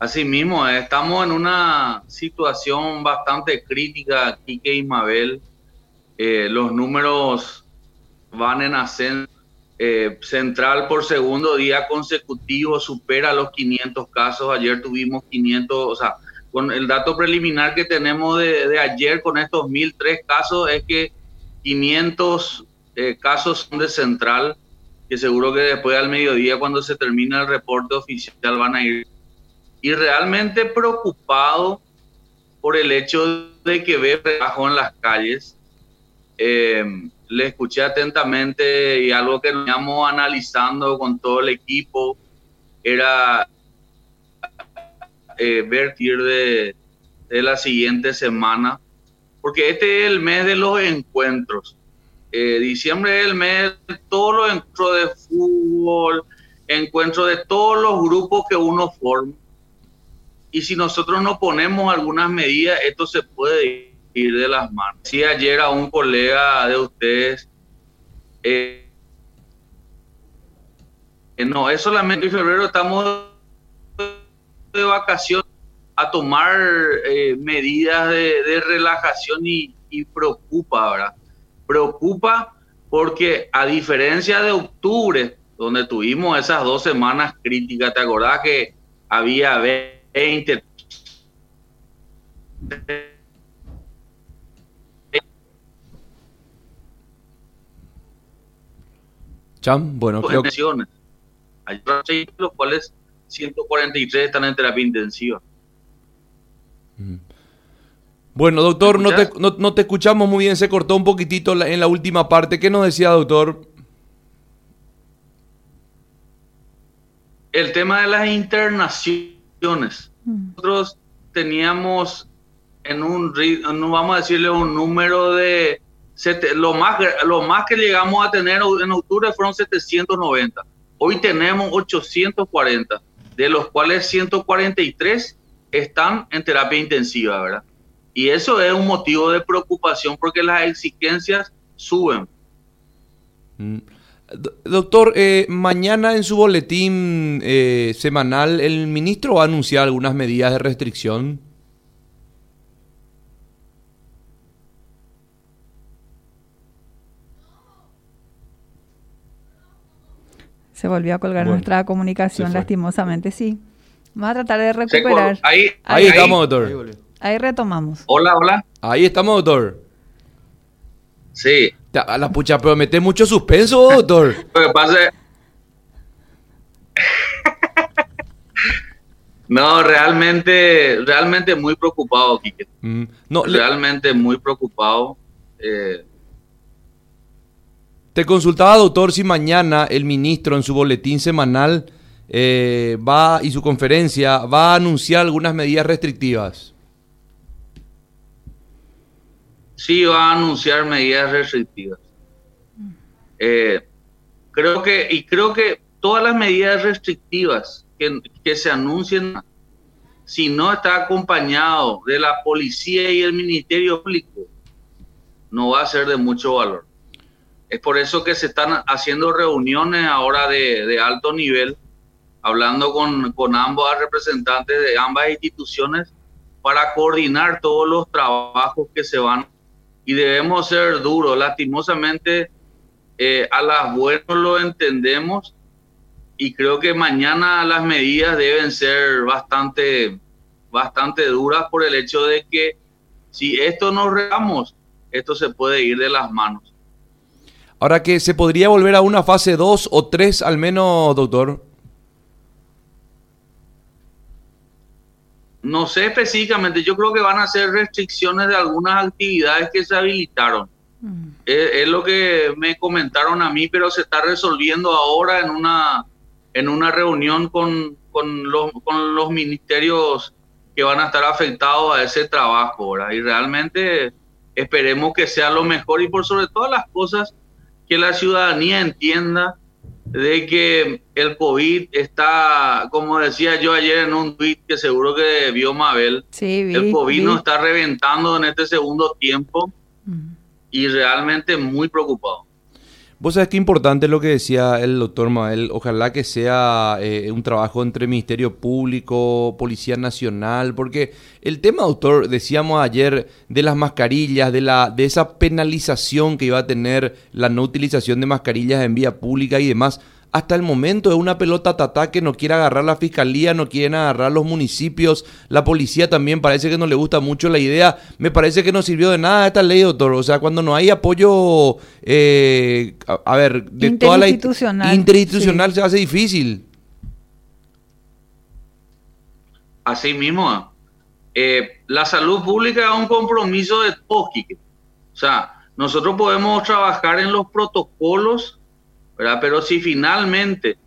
Asimismo, estamos en una situación bastante crítica, Quique y Mabel. Los números van en ascenso. Central por segundo día consecutivo supera los 500 casos. Ayer tuvimos 500, o sea, con el dato preliminar que tenemos de ayer con estos 1.003 casos es que 500 casos son de Central, que seguro que después al mediodía, cuando se termine el reporte oficial, van a ir. Y realmente preocupado por el hecho de que ve relajo en las calles. Le escuché atentamente y algo que nos íbamos analizando con todo el equipo era vertir de la siguiente semana, porque este es el mes de los encuentros. Diciembre es el mes de todos los encuentros de fútbol, encuentros de todos los grupos que uno forma. Y si nosotros no ponemos algunas medidas, esto se puede ir de las manos. Sí, ayer a un colega de ustedes, no es solamente en febrero, estamos de vacaciones a tomar medidas de relajación y preocupa, ¿verdad? Preocupa porque a diferencia de octubre, donde tuvimos esas 2 semanas críticas, ¿te acordás que había 20... Cham, bueno, creo que... Hay los cuales 143 están en terapia intensiva. Bueno, doctor, no te escuchamos muy bien, se cortó un poquitito en la última parte. ¿Qué nos decía, doctor? El tema de las internaciones. Nosotros teníamos no vamos a decirle un número de... Lo más que llegamos a tener en octubre fueron 790. Hoy tenemos 840, de los cuales 143 están en terapia intensiva, ¿verdad? Y eso es un motivo de preocupación porque las exigencias suben. Doctor, mañana en su boletín semanal, ¿el ministro va a anunciar algunas medidas de restricción? Se volvió a colgar nuestra comunicación, lastimosamente, sí. Vamos a tratar de recuperar. Ahí estamos, doctor. Ahí retomamos. Hola. Ahí estamos, doctor. Sí. A la pucha, pero mete mucho suspenso, doctor. Lo que pasa es... No, realmente muy preocupado, Quique. Realmente muy preocupado. Te consultaba, doctor, si mañana el ministro en su boletín semanal y su conferencia va a anunciar algunas medidas restrictivas. Sí, va a anunciar medidas restrictivas. Creo que todas las medidas restrictivas que se anuncien, si no está acompañado de la policía y el Ministerio Público, no va a ser de mucho valor. Es por eso que se están haciendo reuniones ahora de alto nivel, hablando con ambos representantes de ambas instituciones para coordinar todos los trabajos que se van. Y debemos ser duros. Lastimosamente, a las buenas lo entendemos y creo que mañana las medidas deben ser bastante duras por el hecho de que si esto nos regamos, esto se puede ir de las manos. Ahora, que se podría volver a una fase 2 o 3 al menos, doctor. No sé específicamente, yo creo que van a ser restricciones de algunas actividades que se habilitaron. Es lo que me comentaron a mí, pero se está resolviendo ahora en una reunión con los ministerios que van a estar afectados a ese trabajo, ¿verdad? Y realmente esperemos que sea lo mejor y por sobre todas las cosas que la ciudadanía entienda de que el COVID está, como decía yo ayer en un tweet que seguro que vio Mabel, el COVID nos está reventando en este segundo tiempo y realmente muy preocupado. Vos sabés qué importante es lo que decía el doctor Mabel. Ojalá que sea un trabajo entre Ministerio Público, Policía Nacional, porque el tema, doctor, decíamos ayer, de las mascarillas, de esa penalización que iba a tener la no utilización de mascarillas en vía pública y demás, hasta el momento es una pelota tatá que no quiere agarrar la fiscalía, no quieren agarrar los municipios, la policía también parece que no le gusta mucho la idea. Me parece que no sirvió de nada esta ley, doctor. O sea, cuando no hay apoyo, de toda la interinstitucional, sí, se hace difícil. Así mismo, la salud pública es un compromiso de todos, Quique. O sea, nosotros podemos trabajar en los protocolos, ¿verdad? Pero si finalmente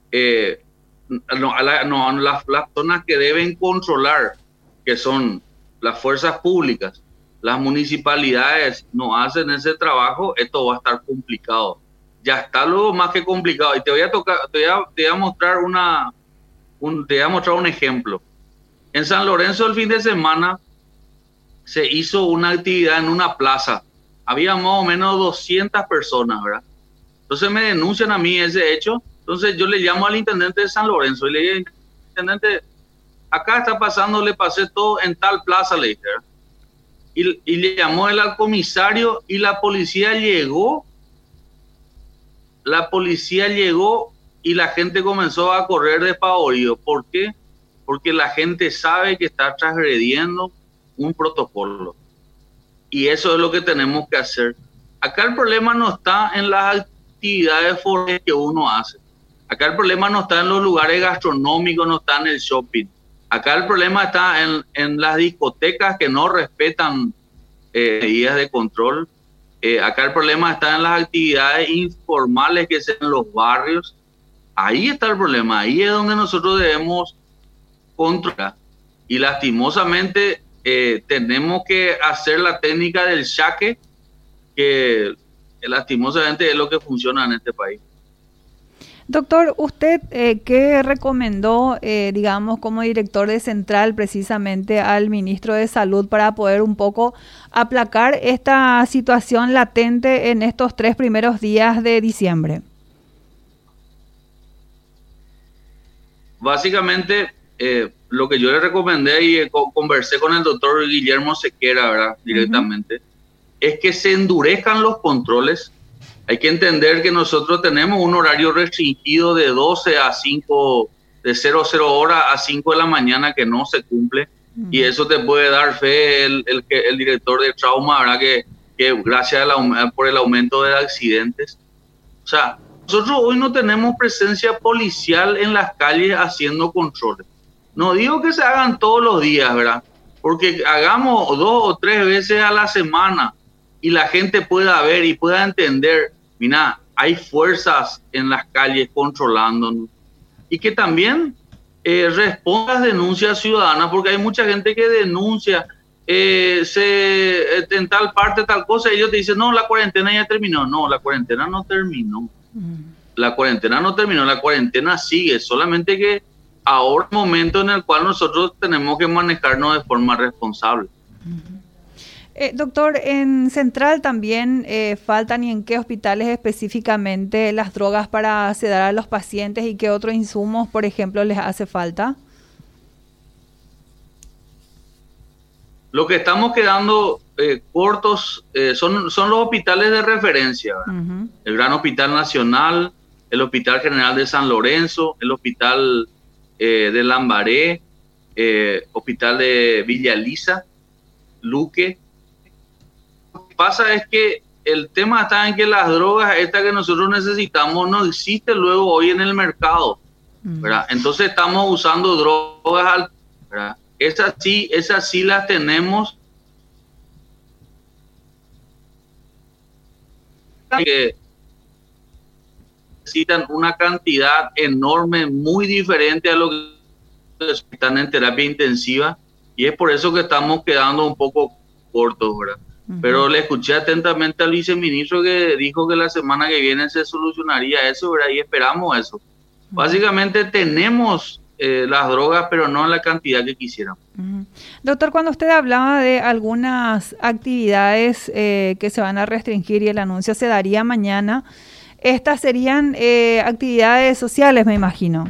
las personas que deben controlar, que son las fuerzas públicas, las municipalidades, no hacen ese trabajo, esto va a estar complicado. Ya está luego más que complicado. Y te voy a mostrar un ejemplo. En San Lorenzo el fin de semana se hizo una actividad en una plaza. Había más o menos 200 personas, ¿verdad? Entonces me denuncian a mí ese hecho. Entonces yo le llamo al intendente de San Lorenzo y le digo, intendente, acá está pasando, le pasé todo en tal plaza, le dije. Y le llamó él al comisario y la policía llegó. La policía llegó y la gente comenzó a correr despavorido. ¿Por qué? Porque la gente sabe que está transgrediendo un protocolo. Y eso es lo que tenemos que hacer. Acá el problema no está en las actividades forales que uno hace. Acá el problema no está en los lugares gastronómicos, no está en el shopping. Acá el problema está en las discotecas que no respetan medidas de control. Acá el problema está en las actividades informales que se en los barrios. Ahí está el problema. Ahí es donde nosotros debemos controlar. Y lastimosamente tenemos que hacer la técnica del saque, que lastimosamente es lo que funciona en este país. Doctor, ¿usted qué recomendó, digamos, como director de Central precisamente al ministro de Salud para poder un poco aplacar esta situación latente en estos 3 primeros días de diciembre? Básicamente, lo que yo le recomendé y conversé con el doctor Guillermo Sequera, ¿verdad? Directamente, es que se endurezcan los controles. Hay que entender que nosotros tenemos un horario restringido de 12 a 5, de 00 horas a 5 de la mañana que no se cumple. Y eso te puede dar fe el director de trauma, ¿verdad? Que gracias por el aumento de accidentes. O sea, nosotros hoy no tenemos presencia policial en las calles haciendo controles. No digo que se hagan todos los días, ¿verdad? Porque hagamos 2 o 3 veces a la semana y la gente pueda ver y pueda entender, mira, hay fuerzas en las calles controlándonos. Y que también responda a las denuncias ciudadanas, porque hay mucha gente que denuncia en tal parte, tal cosa, y ellos te dicen, no, la cuarentena ya terminó. No, la cuarentena no terminó. La cuarentena no terminó, la cuarentena sigue, solamente que ahora es el momento en el cual nosotros tenemos que manejarnos de forma responsable. Doctor, en Central también faltan, y en qué hospitales específicamente, las drogas para sedar a los pacientes y qué otros insumos, por ejemplo, les hace falta. Lo que estamos quedando cortos son los hospitales de referencia, ¿verdad? El Gran Hospital Nacional, el Hospital General de San Lorenzo, el Hospital de Lambaré, Hospital de Villa Elisa, Luque. Lo que pasa es que el tema está en que las drogas estas que nosotros necesitamos no existen luego hoy en el mercado, ¿verdad? Entonces estamos usando drogas, ¿verdad? Esas sí las tenemos, que necesitan una cantidad enorme, muy diferente a lo que están en terapia intensiva, y es por eso que estamos quedando un poco cortos, ¿verdad? Pero le escuché atentamente al viceministro que dijo que la semana que viene se solucionaría eso, ¿verdad? Y esperamos eso. Básicamente tenemos las drogas, pero no en la cantidad que quisiéramos. Doctor, cuando usted hablaba de algunas actividades que se van a restringir y el anuncio se daría mañana, estas serían actividades sociales, me imagino.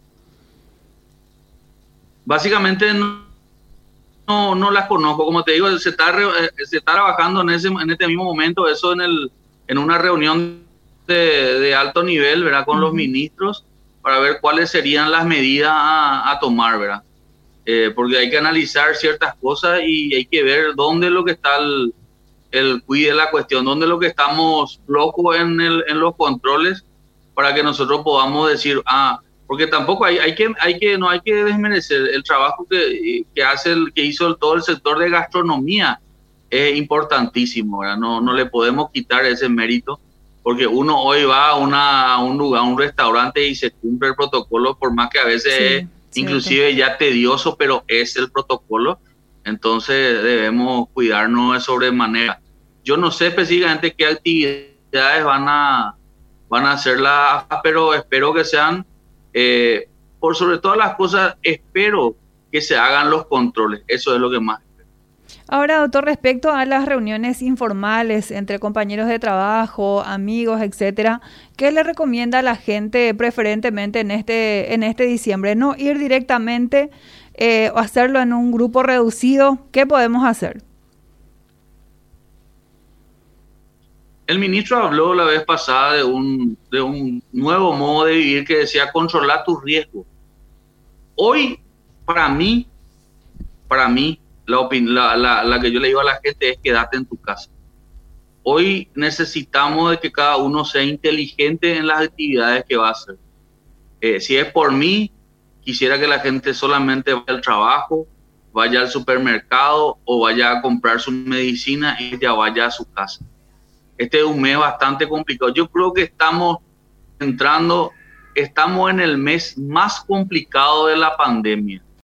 Básicamente no las conozco, como te digo, se está trabajando en este mismo momento eso en una reunión de alto nivel, ¿verdad? Con los ministros para ver cuáles serían las medidas a tomar, ¿verdad? Porque hay que analizar ciertas cosas y hay que ver dónde es lo que está el cuide de la cuestión, dónde es lo que estamos flojos en los controles para que nosotros podamos decir, porque tampoco no hay que desmerecer el trabajo que hizo todo el sector de gastronomía, es importantísimo, ¿verdad? No le podemos quitar ese mérito, porque uno hoy va a un lugar, a un restaurante y se cumple el protocolo, por más que a veces es inclusive ya tedioso, pero es el protocolo, entonces debemos cuidarnos de sobremanera. Yo no sé específicamente qué actividades van a hacer pero espero que sean, por sobre todas las cosas, espero que se hagan los controles, eso es lo que más espero. Ahora, doctor, respecto a las reuniones informales entre compañeros de trabajo, amigos, etcétera, ¿qué le recomienda a la gente preferentemente en este diciembre? ¿No ir directamente o hacerlo en un grupo reducido? ¿Qué podemos hacer? El ministro habló la vez pasada de un nuevo modo de vivir que decía controlar tus riesgos. Hoy, para mí, la que yo le digo a la gente es quédate en tu casa. Hoy necesitamos de que cada uno sea inteligente en las actividades que va a hacer. Si es por mí, quisiera que la gente solamente vaya al trabajo, vaya al supermercado o vaya a comprar su medicina y ya vaya a su casa. Este es un mes bastante complicado. Yo creo que estamos en el mes más complicado de la pandemia.